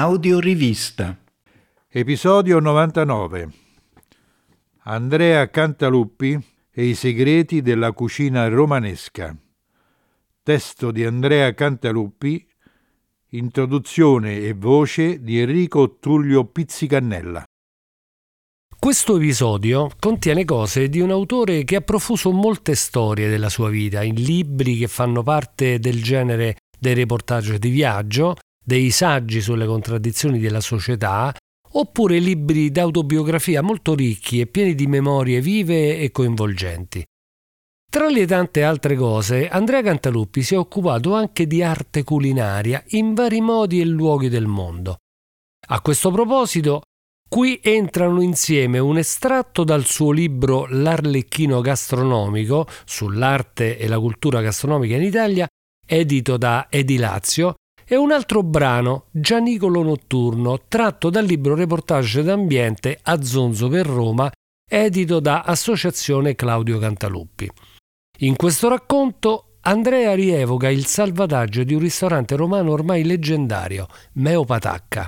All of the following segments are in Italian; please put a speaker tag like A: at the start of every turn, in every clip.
A: Un'audiorivista.
B: Episodio 99. Andrea Cantaluppi e i segreti della cucina romanesca. Testo di Andrea Cantaluppi, introduzione e voce di Enrico Tullio Pizzicannella.
C: Questo episodio contiene cose di un autore che ha profuso molte storie della sua vita in libri che fanno parte del genere dei reportage di viaggio, dei saggi sulle contraddizioni della società, oppure libri d'autobiografia molto ricchi e pieni di memorie vive e coinvolgenti. Tra le tante altre cose, Andrea Cantaluppi si è occupato anche di arte culinaria in vari modi e luoghi del mondo. A questo proposito, qui entrano insieme un estratto dal suo libro L'Arlecchino gastronomico sull'arte e la cultura gastronomica in Italia, edito da Edilazio, e un altro brano, Gianicolo notturno, tratto dal libro Reportage d'ambiente A Zonzo per Roma, edito da Associazione Claudio Cantaluppi. In questo racconto Andrea rievoca il salvataggio di un ristorante romano ormai leggendario, Meo Patacca.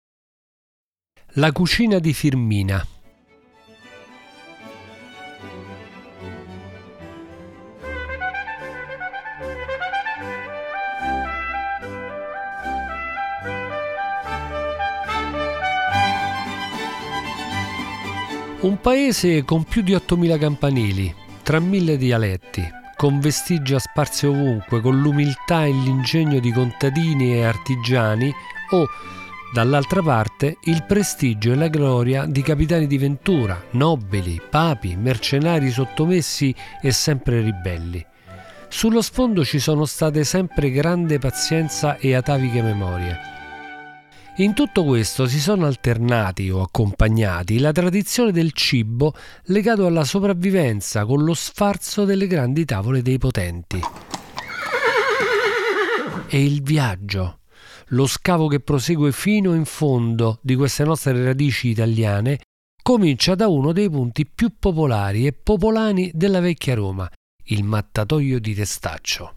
C: La cucina di Firmina. Un paese con più di 8.000 campanili, tra 1.000 dialetti, con vestigia sparse ovunque, con l'umiltà e l'ingegno di contadini e artigiani o, dall'altra parte, il prestigio e la gloria di capitani di ventura, nobili, papi, mercenari sottomessi e sempre ribelli. Sullo sfondo ci sono state sempre grande pazienza e ataviche memorie. In tutto questo si sono alternati o accompagnati la tradizione del cibo legato alla sopravvivenza con lo sfarzo delle grandi tavole dei potenti. E il viaggio, lo scavo che prosegue fino in fondo di queste nostre radici italiane, comincia da uno dei punti più popolari e popolani della vecchia Roma, il mattatoio di Testaccio.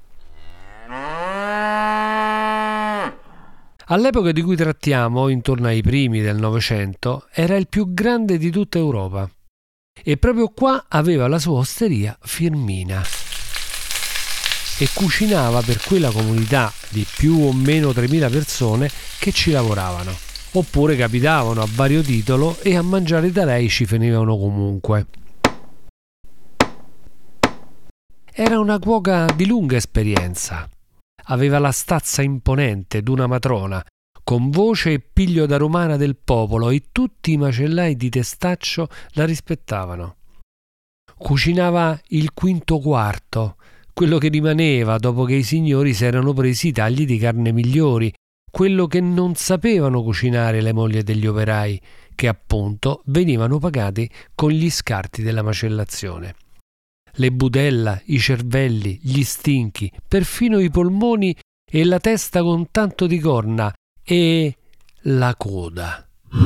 C: All'epoca di cui trattiamo, intorno ai primi del Novecento, era il più grande di tutta Europa. E proprio qua aveva la sua osteria Firmina. E cucinava per quella comunità di più o meno 3.000 persone che ci lavoravano. Oppure capitavano a vario titolo e a mangiare da lei ci venivano comunque. Era una cuoca di lunga esperienza. Aveva la stazza imponente d'una matrona, con voce e piglio da romana del popolo, e tutti i macellai di Testaccio la rispettavano. Cucinava il quinto quarto, quello che rimaneva dopo che i signori si erano presi i tagli di carne migliori, quello che non sapevano cucinare le mogli degli operai, che appunto venivano pagati con gli scarti della macellazione. Le budella, i cervelli, gli stinchi, perfino i polmoni e la testa con tanto di corna e la coda.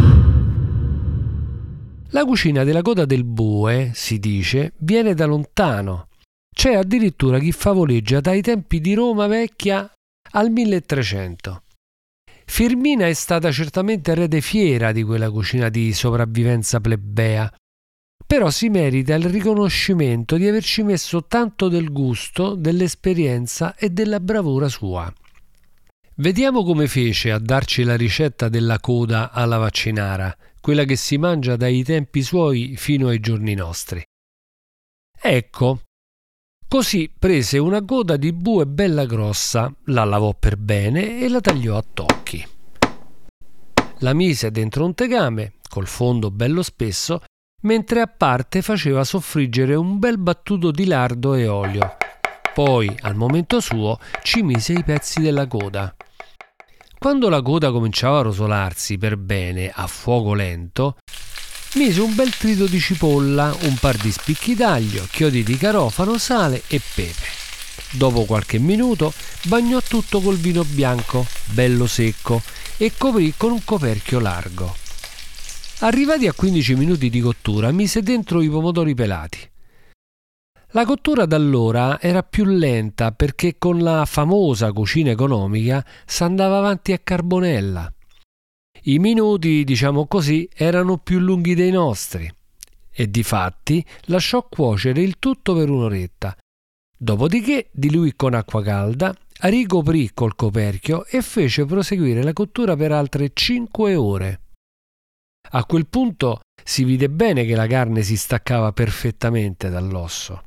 C: La cucina della coda del bue, si dice, viene da lontano. C'è addirittura chi favoleggia dai tempi di Roma vecchia al 1300. Firmina è stata certamente erede fiera di quella cucina di sopravvivenza plebea, però si merita il riconoscimento di averci messo tanto del gusto, dell'esperienza e della bravura sua. Vediamo come fece a darci la ricetta della coda alla vaccinara, quella che si mangia dai tempi suoi fino ai giorni nostri. Ecco, così prese una coda di bue bella grossa, la lavò per bene e la tagliò a tocchi. La mise dentro un tegame, col fondo bello spesso, mentre a parte faceva soffriggere un bel battuto di lardo e olio. Poi, al momento suo, ci mise i pezzi della coda. Quando la coda cominciava a rosolarsi per bene a fuoco lento, mise un bel trito di cipolla, un par di spicchi d'aglio, chiodi di garofano, sale e pepe. Dopo qualche minuto bagnò tutto col vino bianco, bello secco, e coprì con un coperchio largo. Arrivati a 15 minuti di cottura, mise dentro i pomodori pelati. La cottura d'allora era più lenta perché con la famosa cucina economica s'andava avanti a carbonella. I minuti, diciamo così, erano più lunghi dei nostri e difatti lasciò cuocere il tutto per un'oretta. Dopodiché diluì con acqua calda, ricoprì col coperchio e fece proseguire la cottura per altre 5 ore. A quel punto si vide bene che la carne si staccava perfettamente dall'osso.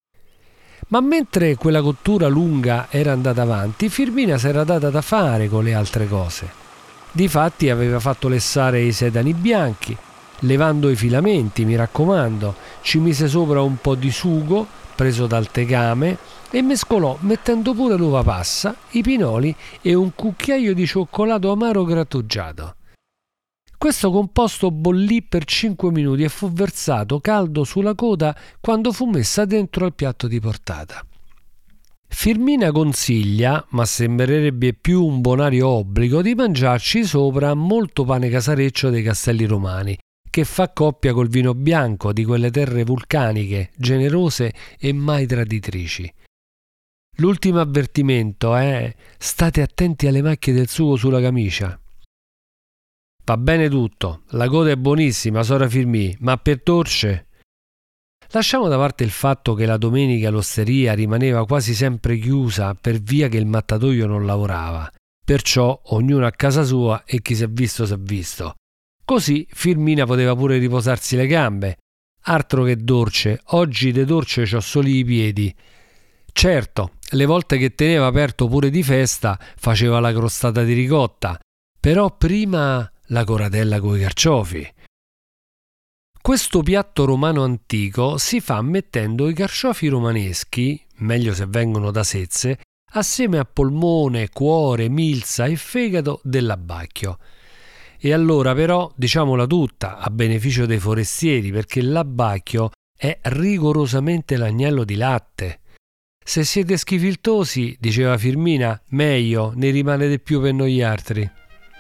C: Ma mentre quella cottura lunga era andata avanti, Firmina s'era data da fare con le altre cose. Difatti aveva fatto lessare i sedani bianchi, levando i filamenti, mi raccomando, ci mise sopra un po' di sugo preso dal tegame e mescolò mettendo pure l'uva passa, i pinoli e un cucchiaio di cioccolato amaro grattugiato. Questo composto bollì per 5 minuti e fu versato caldo sulla coda quando fu messa dentro al piatto di portata. Firmina consiglia, ma sembrerebbe più un bonario obbligo, di mangiarci sopra molto pane casareccio dei Castelli Romani, che fa coppia col vino bianco di quelle terre vulcaniche, generose e mai traditrici. L'ultimo avvertimento è: state attenti alle macchie del sugo sulla camicia. Va bene tutto, la coda è buonissima, sora Firmì, ma per torce? Lasciamo da parte il fatto che la domenica l'osteria rimaneva quasi sempre chiusa per via che il mattatoio non lavorava, perciò ognuno a casa sua e chi si è visto si è visto. Così Firmina poteva pure riposarsi le gambe. Altro che dolce, oggi de dolce c'ho solo i piedi. Certo, le volte che teneva aperto pure di festa faceva la crostata di ricotta, però prima la coratella coi carciofi. Questo piatto romano antico si fa mettendo i carciofi romaneschi, meglio se vengono da Sezze, assieme a polmone, cuore, milza e fegato dell'abbacchio. E allora però, diciamola tutta, a beneficio dei forestieri, perché l'abbacchio è rigorosamente l'agnello di latte. Se siete schifiltosi, diceva Firmina, meglio, ne rimane di più per noi altri.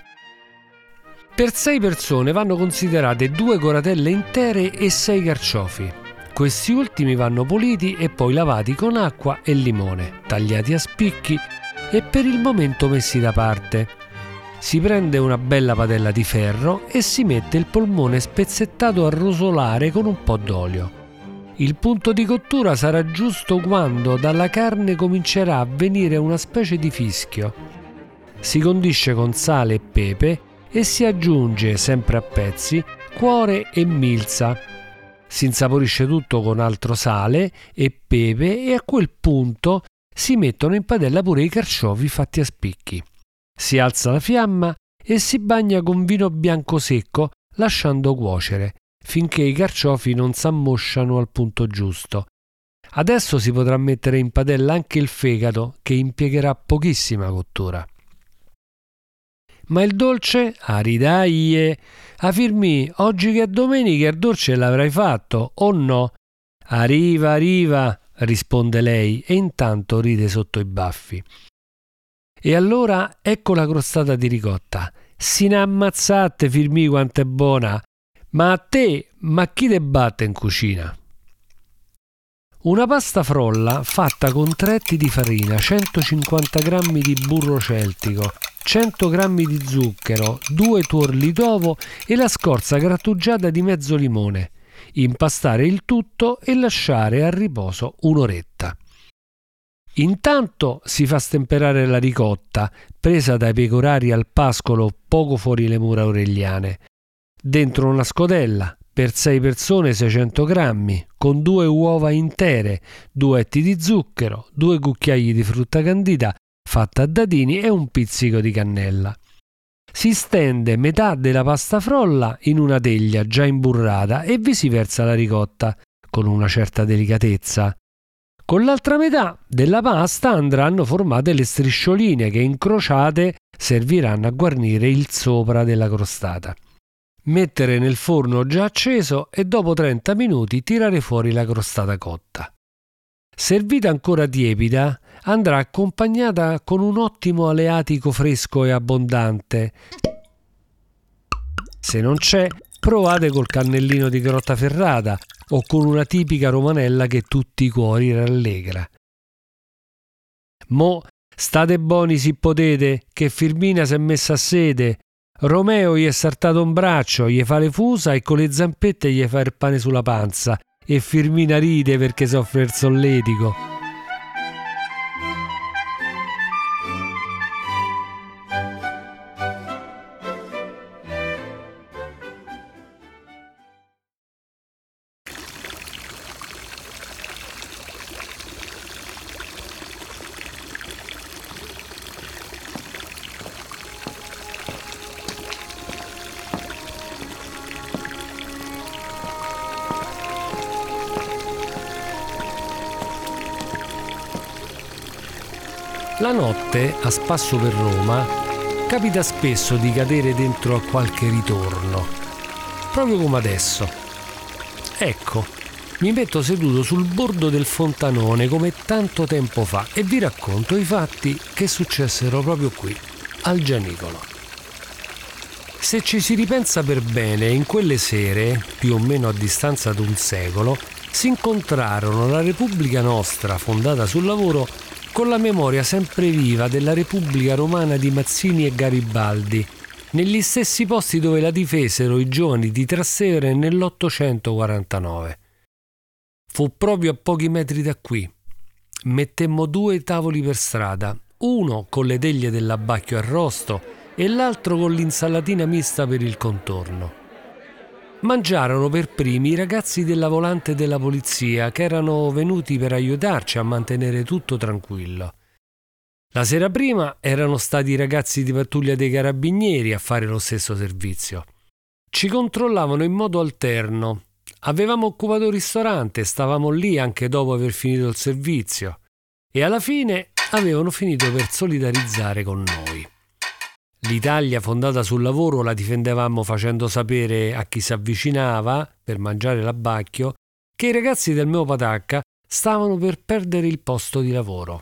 C: Per 6 persone vanno considerate 2 coratelle intere e 6 carciofi. Questi ultimi vanno puliti e poi lavati con acqua e limone, tagliati a spicchi e per il momento messi da parte. Si prende una bella padella di ferro e si mette il polmone spezzettato a rosolare con un po' d'olio. Il punto di cottura sarà giusto quando dalla carne comincerà a venire una specie di fischio. Si condisce con sale e pepe e si aggiunge, sempre a pezzi, cuore e milza. Si insaporisce tutto con altro sale e pepe e a quel punto si mettono in padella pure i carciofi fatti a spicchi. Si alza la fiamma e si bagna con vino bianco secco lasciando cuocere finché i carciofi non s'ammosciano al punto giusto. Adesso si potrà mettere in padella anche il fegato che impiegherà pochissima cottura. Ma il dolce? Aridaglie! A Firmì, oggi che è domenica il dolce l'avrai fatto, o no? Arriva, risponde lei e intanto ride sotto i baffi. E allora ecco la crostata di ricotta. Si ne ammazzate, Firmì, quanto è buona! Ma a te, ma chi te batte in cucina? Una pasta frolla fatta con 3 etti di farina, 150 g di burro celtico, 100 g di zucchero, 2 tuorli d'uovo e la scorza grattugiata di mezzo limone. Impastare il tutto e lasciare a riposo un'oretta. Intanto si fa stemperare la ricotta, presa dai pecorari al pascolo poco fuori le mura aureliane. Dentro una scodella, per 6 persone 600 grammi, con 2 uova intere, 2 etti di zucchero, 2 cucchiai di frutta candita fatta a dadini e un pizzico di cannella. Si stende metà della pasta frolla in una teglia già imburrata e vi si versa la ricotta, con una certa delicatezza. Con l'altra metà della pasta andranno formate le striscioline che incrociate serviranno a guarnire il sopra della crostata. Mettere nel forno già acceso e dopo 30 minuti tirare fuori la crostata cotta. Servita ancora tiepida, andrà accompagnata con un ottimo aleatico fresco e abbondante. Se non c'è, provate col cannellino di Grottaferrata o con una tipica romanella che tutti i cuori rallegra. Mo state buoni si potete, che Firmina s'è messa a sede. Romeo gli è saltato un braccio, gli fa le fusa e con le zampette gli fa il pane sulla panza e Firmina ride perché soffre il solletico. La notte, a spasso per Roma, capita spesso di cadere dentro a qualche ritorno, proprio come adesso. Ecco, mi metto seduto sul bordo del fontanone come tanto tempo fa e vi racconto i fatti che successero proprio qui, al Gianicolo. Se ci si ripensa per bene, in quelle sere, più o meno a distanza di un secolo, si incontrarono la Repubblica nostra, fondata sul lavoro, con la memoria sempre viva della Repubblica Romana di Mazzini e Garibaldi, negli stessi posti dove la difesero i giovani di Trastevere nell'849. Fu proprio a pochi metri da qui. Mettemmo 2 tavoli per strada, uno con le teglie dell'abbacchio arrosto e l'altro con l'insalatina mista per il contorno. Mangiarono per primi i ragazzi della volante della polizia che erano venuti per aiutarci a mantenere tutto tranquillo. La sera prima erano stati i ragazzi di pattuglia dei carabinieri a fare lo stesso servizio. Ci controllavano in modo alterno. Avevamo occupato il ristorante, stavamo lì anche dopo aver finito il servizio e alla fine avevano finito per solidarizzare con noi. L'Italia fondata sul lavoro la difendevamo facendo sapere a chi si avvicinava per mangiare l'abbacchio che i ragazzi del mio Patacca stavano per perdere il posto di lavoro.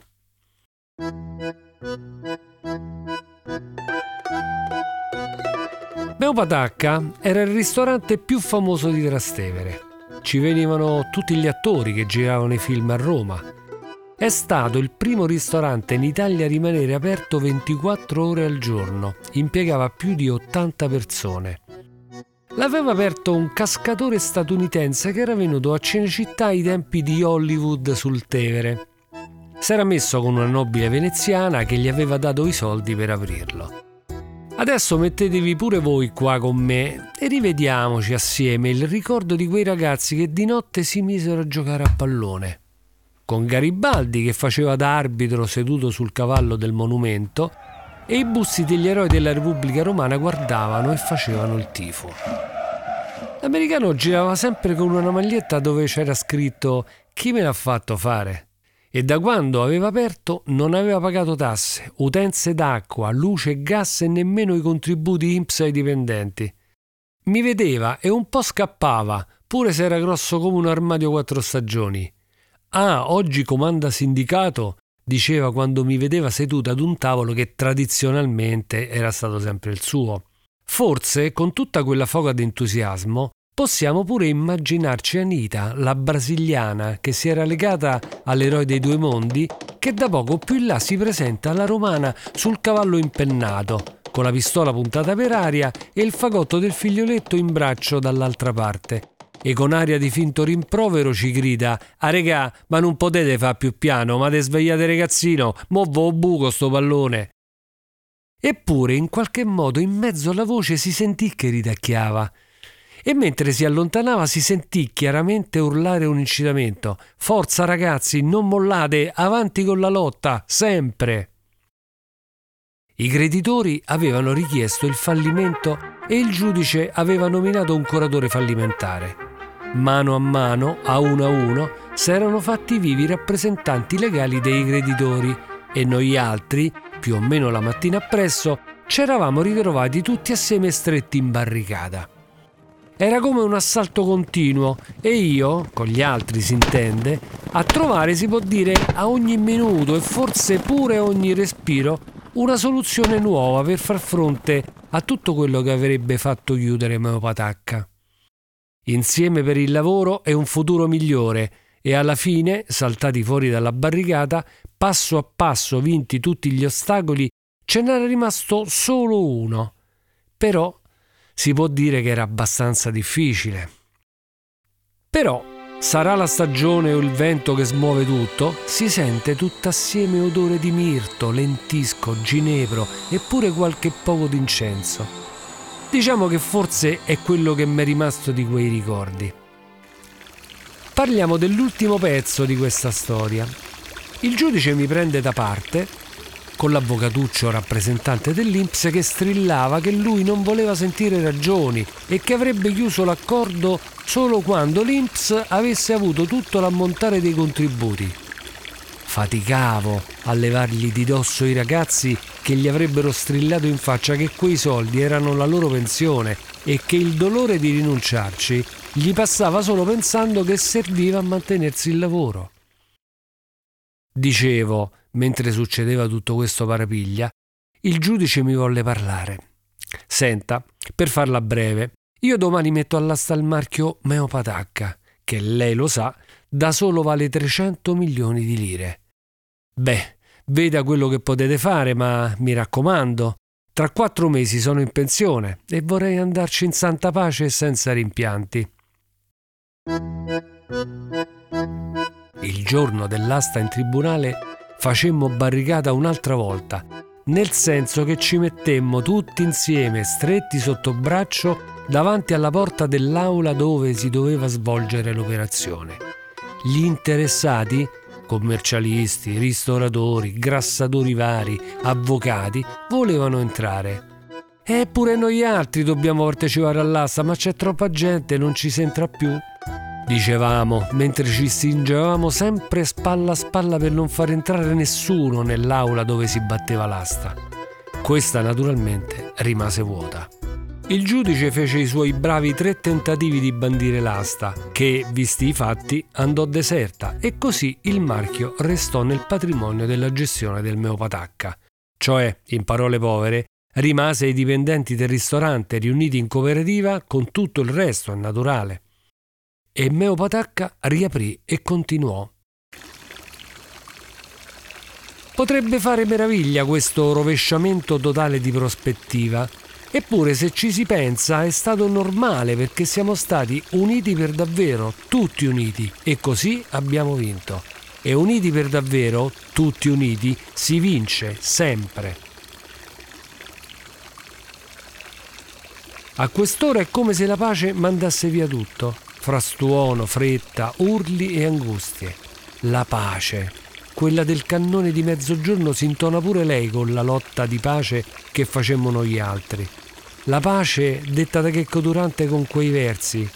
C: Meo Patacca era il ristorante più famoso di Trastevere. Ci venivano tutti gli attori che giravano i film a Roma. È stato il primo ristorante in Italia a rimanere aperto 24 ore al giorno, impiegava più di 80 persone. L'aveva aperto un cascatore statunitense che era venuto a Cinecittà ai tempi di Hollywood sul Tevere. S'era messo con una nobile veneziana che gli aveva dato i soldi per aprirlo. Adesso mettetevi pure voi qua con me e rivediamoci assieme il ricordo di quei ragazzi che di notte si misero a giocare a pallone. Con Garibaldi che faceva da arbitro seduto sul cavallo del monumento e i busti degli eroi della Repubblica Romana guardavano e facevano il tifo. L'americano girava sempre con una maglietta dove c'era scritto «Chi me l'ha fatto fare?» e da quando aveva aperto non aveva pagato tasse, utenze d'acqua, luce e gas e nemmeno i contributi INPS ai dipendenti. Mi vedeva e un po' scappava, pure se era grosso come un armadio 4 stagioni. «Ah, oggi comanda sindacato», diceva quando mi vedeva seduta ad un tavolo che tradizionalmente era stato sempre il suo. Forse, con tutta quella foga di entusiasmo, possiamo pure immaginarci Anita, la brasiliana che si era legata all'eroe dei 2 mondi, che da poco più in là si presenta alla romana sul cavallo impennato, con la pistola puntata per aria e il fagotto del figlioletto in braccio dall'altra parte. E con aria di finto rimprovero ci grida «Ah regà, ma non potete far più piano, ma te svegliate ragazzino, mo vo buco sto pallone!» Eppure in qualche modo in mezzo alla voce si sentì che ridacchiava e mentre si allontanava si sentì chiaramente urlare un incitamento «Forza ragazzi, non mollate, avanti con la lotta, sempre!» I creditori avevano richiesto il fallimento e il giudice aveva nominato un curatore fallimentare. Mano a mano, a uno, s'erano fatti vivi i rappresentanti legali dei creditori e noi altri, più o meno la mattina appresso, c'eravamo ritrovati tutti assieme stretti in barricata. Era come un assalto continuo e io, con gli altri si intende, a trovare si può dire a ogni minuto e forse pure a ogni respiro una soluzione nuova per far fronte a tutto quello che avrebbe fatto chiudere Meo Patacca. Insieme per il lavoro e un futuro migliore e alla fine, saltati fuori dalla barricata, passo a passo vinti tutti gli ostacoli, ce n'era rimasto solo uno. Però si può dire che era abbastanza difficile. Però sarà la stagione o il vento che smuove tutto, si sente tutt'assieme odore di mirto, lentisco, ginepro e pure qualche poco d'incenso. Diciamo che forse è quello che mi è rimasto di quei ricordi. Parliamo dell'ultimo pezzo di questa storia. Il giudice mi prende da parte, con l'avvocatuccio rappresentante dell'INPS, che strillava che lui non voleva sentire ragioni e che avrebbe chiuso l'accordo solo quando l'INPS avesse avuto tutto l'ammontare dei contributi. Faticavo a levargli di dosso i ragazzi che gli avrebbero strillato in faccia che quei soldi erano la loro pensione e che il dolore di rinunciarci gli passava solo pensando che serviva a mantenersi il lavoro. Dicevo, mentre succedeva tutto questo parapiglia, il giudice mi volle parlare. Senta, per farla breve, io domani metto all'asta il marchio Meo Patacca, che lei lo sa, da solo vale 300 milioni di lire. Beh, veda quello che potete fare, ma mi raccomando, tra 4 mesi sono in pensione e vorrei andarci in santa pace e senza rimpianti. Il giorno dell'asta in tribunale facemmo barricata un'altra volta, nel senso che ci mettemmo tutti insieme, stretti sotto braccio, davanti alla porta dell'aula dove si doveva svolgere l'operazione. Gli interessati, commercialisti, ristoratori, grassatori vari, avvocati, volevano entrare. Eppure noi altri dobbiamo partecipare all'asta, ma c'è troppa gente, non ci si entra più. Dicevamo, mentre ci stringevamo sempre spalla a spalla per non far entrare nessuno nell'aula dove si batteva l'asta. Questa naturalmente rimase vuota. Il giudice fece i suoi bravi 3 tentativi di bandire l'asta, che, visti i fatti, andò deserta e così il marchio restò nel patrimonio della gestione del Meo Patacca. Cioè, in parole povere, rimase ai dipendenti del ristorante riuniti in cooperativa con tutto il resto, è naturale. E Meo Patacca riaprì e continuò. Potrebbe fare meraviglia questo rovesciamento totale di prospettiva, eppure se ci si pensa è stato normale perché siamo stati uniti per davvero, tutti uniti, e così abbiamo vinto. E uniti per davvero, tutti uniti, si vince sempre. A quest'ora è come se la pace mandasse via tutto. Frastuono, fretta, urli e angustie. La pace, quella del cannone di mezzogiorno, si intona pure lei con la lotta di pace che facemmo noi altri. La pace detta da Checco Durante con quei versi.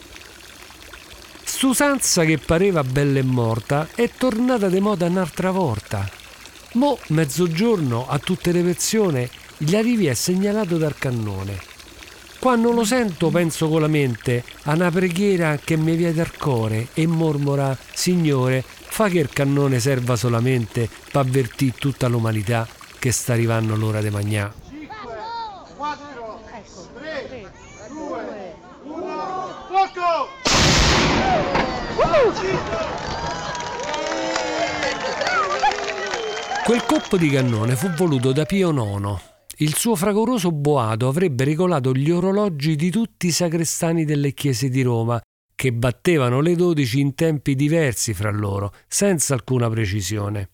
C: St'usanza che pareva bella e morta è tornata de moda un'altra volta. Mo mezzogiorno a tutte le persone gli arrivi è segnalato dal cannone. Quando lo sento penso con la mente a una preghiera che mi viene dal cuore e mormora: Signore, fa che il cannone serva solamente per avvertire tutta l'umanità che sta arrivando l'ora de magnà.
A: 5, 4, 3, 2, 1, fuoco!
C: Quel colpo di cannone fu voluto da Pio IX. Il suo fragoroso boato avrebbe regolato gli orologi di tutti i sacrestani delle chiese di Roma, che battevano le 12 in tempi diversi fra loro, senza alcuna precisione.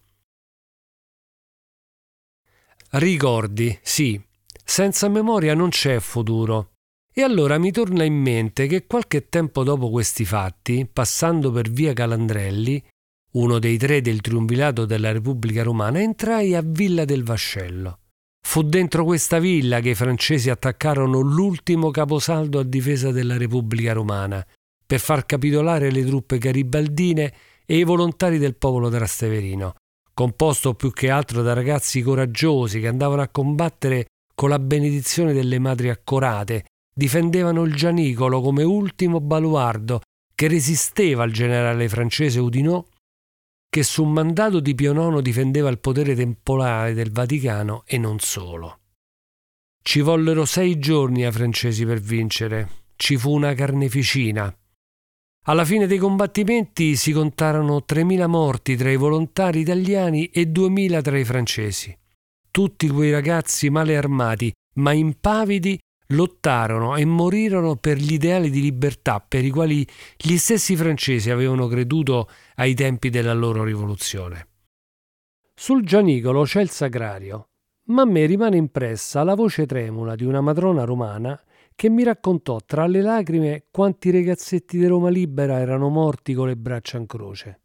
C: Ricordi, sì, senza memoria non c'è futuro. E allora mi torna in mente che qualche tempo dopo questi fatti, passando per via Calandrelli, uno dei 3 del triumvirato della Repubblica Romana, entrai a Villa del Vascello. Fu dentro questa villa che i francesi attaccarono l'ultimo caposaldo a difesa della Repubblica Romana per far capitolare le truppe garibaldine e i volontari del popolo trasteverino, composto più che altro da ragazzi coraggiosi che andavano a combattere con la benedizione delle madri accorate, difendevano il Gianicolo come ultimo baluardo che resisteva al generale francese Oudinot, che su mandato di Pio IX difendeva il potere temporale del Vaticano e non solo. Ci vollero 6 giorni ai francesi per vincere. Ci fu una carneficina. Alla fine dei combattimenti si contarono 3.000 morti tra i volontari italiani e 2.000 tra i francesi. Tutti quei ragazzi male armati, ma impavidi, lottarono e morirono per gli ideali di libertà per i quali gli stessi francesi avevano creduto ai tempi della loro rivoluzione. Sul Gianicolo c'è il Sagrario, ma a me rimane impressa la voce tremula di una matrona romana che mi raccontò tra le lacrime quanti ragazzetti di Roma Libera erano morti con le braccia in croce.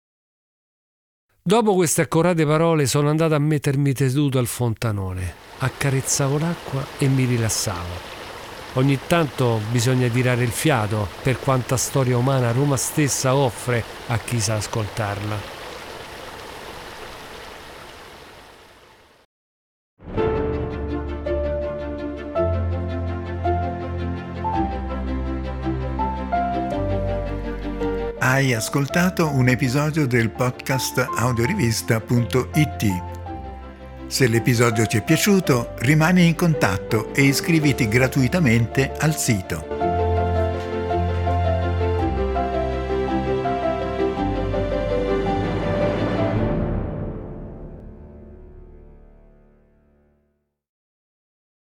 C: Dopo queste accorate parole sono andato a mettermi seduto al fontanone, accarezzavo l'acqua e mi rilassavo. Ogni tanto bisogna tirare il fiato per quanta storia umana Roma stessa offre a chi sa ascoltarla.
D: Hai ascoltato un episodio del podcast audiorivista.it. Se l'episodio ti è piaciuto, rimani in contatto e iscriviti gratuitamente al sito.